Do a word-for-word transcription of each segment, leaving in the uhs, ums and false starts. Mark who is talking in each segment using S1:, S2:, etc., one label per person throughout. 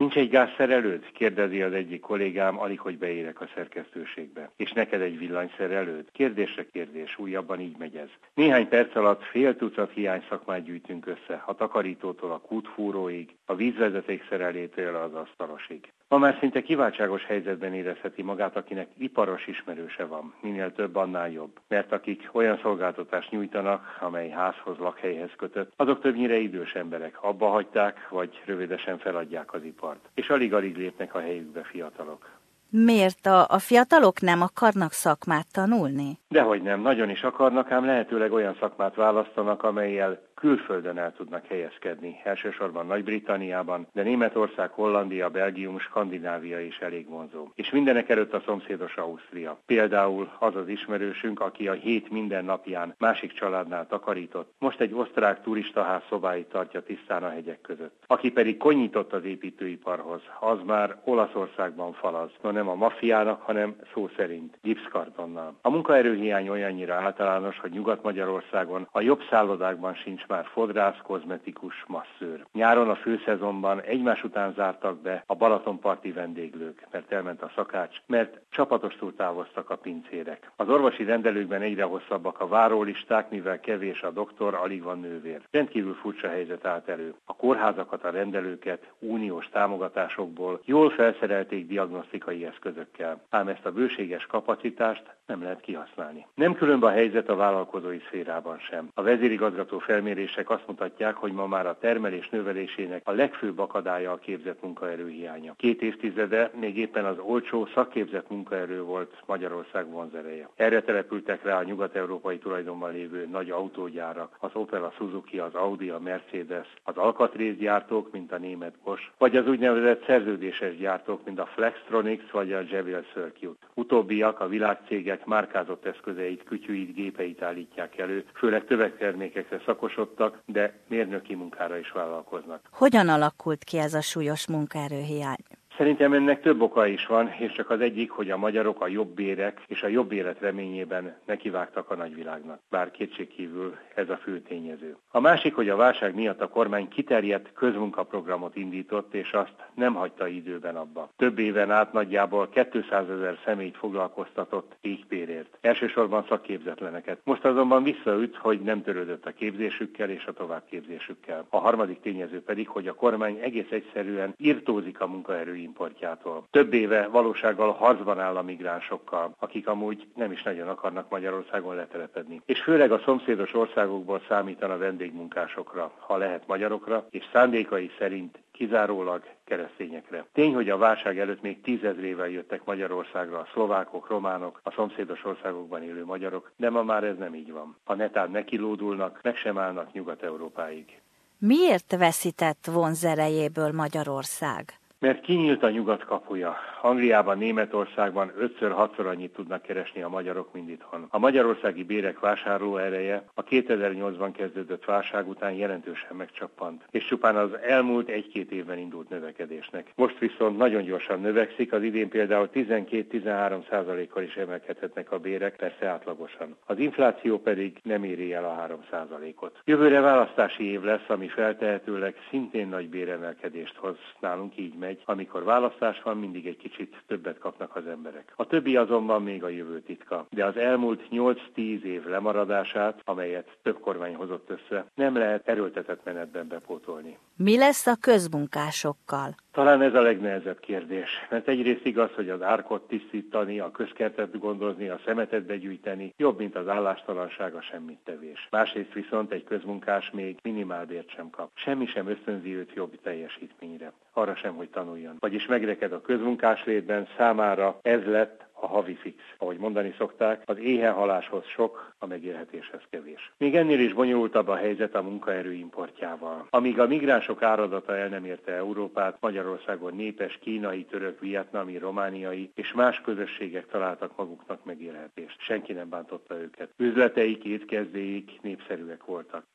S1: Nincs egy gázszerelőd? Kérdezi az egyik kollégám, alig hogy beérek a szerkesztőségbe. És neked egy villanyszerelőd? Kérdésre kérdés, újabban így megy ez. Néhány perc alatt fél tucat hiány szakmát gyűjtünk össze, a takarítótól a kútfúróig, a vízvezeték szerelétől az asztalosig. Ma már szinte kiváltságos helyzetben érezheti magát, akinek iparos ismerőse van. Minél több, annál jobb. Mert akik olyan szolgáltatást nyújtanak, amely házhoz, lakhelyhez kötött, azok többnyire idős emberek. Abba hagyták, vagy rövidesen feladják az ipart. És alig-alig lépnek a helyükbe fiatalok.
S2: Miért a, a fiatalok nem akarnak szakmát tanulni?
S1: Dehogy nem, nagyon is akarnak, ám lehetőleg olyan szakmát választanak, amellyel külföldön el tudnak helyezkedni, elsősorban Nagy-Britanniában, de Németország, Hollandia, Belgium, Skandinávia is elég vonzó. És mindenek előtt a szomszédos Ausztria. Például az az ismerősünk, aki a hét minden napján másik családnál takarított, most egy osztrák turistaház szobáit tartja tisztán a hegyek között. Aki pedig konyított az építőiparhoz, az már Olaszországban falaz, no nem a maffiának, hanem szó szerint gipszkartonnal. A munkaerőhiány olyannyira általános, hogy Nyugat-Magyarországon a jobb szállodákban sincs már fodrász, kozmetikus, masszőr. Nyáron a főszezonban egymás után zártak be a balatonparti vendéglők, mert elment a szakács, mert csapatostul távoztak a pincérek. Az orvosi rendelőkben egyre hosszabbak a várólisták, mivel kevés a doktor, alig van nővér. Rendkívül furcsa helyzet állt elő. A kórházakat, a rendelőket uniós támogatásokból jól felszerelték diagnosztikai eszközökkel, ám ezt a bőséges kapacitást nem lehet kihasználni. Nem különben a helyzet a vállalkozói szférában sem. A vezérigazgató felmérések azt mutatják, hogy ma már a termelés növelésének a legfőbb akadálya a képzett munkaerőhiánya. Két évtizede még éppen az olcsó, szakképzett munkaerő volt Magyarország vonzereje. Erre települtek rá a nyugat-európai tulajdonban lévő nagy autógyárak, az Opel, a Suzuki, az Audi, a Mercedes, az alkatrészgyártók, mint a német Bosch, vagy az úgynevezett szerződéses gyártók, mint a Flextronics vagy a Jabil Circuit. Utóbbiak a világcégek márkázott eszközeit, kütyűit, gépeit állítják elő, főleg tömegtermékekre szakosodtak, de mérnöki munkára is vállalkoznak.
S2: Hogyan alakult ki ez a súlyos munkaerőhiány?
S1: Szerintem ennek több oka is van, és csak az egyik, hogy a magyarok a jobb bérek és a jobb élet reményében nekivágtak a nagyvilágnak. Bár kétségkívül ez a fő tényező. A másik, hogy a válság miatt a kormány kiterjedt közmunkaprogramot indított, és azt nem hagyta időben abba. Több éven át nagyjából kétszázezer személyt foglalkoztatott égbérért. Elsősorban szakképzetleneket. Most azonban visszaüt, hogy nem törődött a képzésükkel és a továbbképzésükkel. A harmadik tényező pedig, hogy a kormány egész egyszerűen irtózik a munkaerő importjától. Több éve valósággal harcban áll a migránsokkal, akik amúgy nem is nagyon akarnak Magyarországon letelepedni. És főleg a szomszédos országokból számítana vendégmunkásokra, ha lehet magyarokra, és szándékai szerint kizárólag keresztényekre. Tény, hogy a válság előtt még tízezrével jöttek Magyarországra a szlovákok, románok, a szomszédos országokban élő magyarok, de ma már ez nem így van. Ha netán nekilódulnak, meg sem állnak Nyugat-Európáig.
S2: Miért veszített vonzerejéből Magyarország?
S1: Mert kinyílt a nyugat kapuja. Angliában, Németországban ötször-hatszor annyit tudnak keresni a magyarok, mint itthon. A magyarországi bérek vásárló ereje a kétezer-nyolcban kezdődött válság után jelentősen megcsappant, és csupán az elmúlt egy-két évben indult növekedésnek. Most viszont nagyon gyorsan növekszik, az idén például tizenkét-tizenhárom százalékkal is emelkedhetnek a bérek, persze átlagosan. Az infláció pedig nem éri el a három százalékot. Jövőre választási év lesz, ami feltehetőleg szintén nagy béremelkedést hoz, nálunk így megy. Amikor választás van, mindig egy kicsit többet kapnak az emberek. A többi azonban még a jövő titka. De az elmúlt nyolc-tíz év lemaradását, amelyet több kormány hozott össze, nem lehet erőltetett menetben bepótolni.
S2: Mi lesz a közmunkásokkal?
S1: Talán ez a legnehezebb kérdés, mert egyrészt igaz, hogy az árkot tisztítani, a közkertet gondozni, a szemetet begyűjteni jobb, mint az állástalanság, a semmittevés. Másrészt viszont egy közmunkás még minimálbért sem kap. Semmi sem ösztönzi őt jobb teljesítményre. Arra sem, hogy tanuljon. Vagyis megreked a közmunkás létben, számára ez lett a havi fix. Ahogy mondani szokták, az éhenhaláshoz sok, a megélhetéshez kevés. Még ennél is bonyolultabb a helyzet a munkaerő importjával. Amíg a migránsok áradata el nem érte Európát, Magyarországon népes kínai, török, vietnami, romániai és más közösségek találtak maguknak megélhetést. Senki nem bántotta őket. Üzleteik, étkezdéik népszerűek voltak.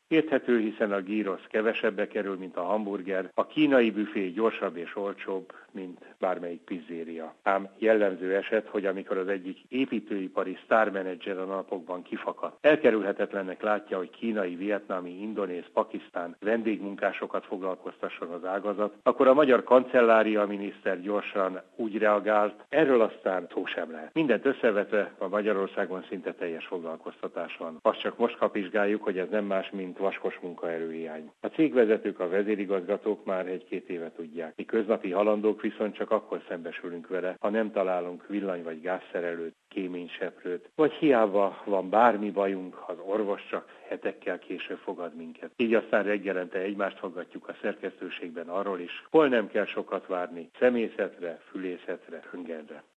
S1: Érthető, hiszen a gyrosz kevesebbe kerül, mint a hamburger, a kínai büfé gyorsabb és olcsóbb, mint bármelyik pizzéria. Ám jellemző eset, hogy amikor az egyik építőipari sztármenedzser a napokban kifakadt, elkerülhetetlennek látja, hogy kínai, vietnámi, indonéz, pakisztán vendégmunkásokat foglalkoztasson az ágazat, akkor a magyar kancellária miniszter gyorsan úgy reagált, erről aztán szó sem lehet. Mindent összevetve a Magyarországon szinte teljes foglalkoztatás van. Azt csak most kapizsgáljuk, hogy ez nem más, mint vaskos munkaerőhiány. A cégvezetők, a vezérigazgatók már egy-két éve tudják. Mi köznapi halandók viszont csak akkor szembesülünk vele, ha nem találunk villany- vagy gázszerelőt, kéményseprőt, vagy hiába van bármi bajunk, az orvos csak hetekkel később fogad minket. Így aztán reggelente egymást hallgatjuk a szerkesztőségben arról is, hol nem kell sokat várni szemészetre, fülészetre, röntgenre.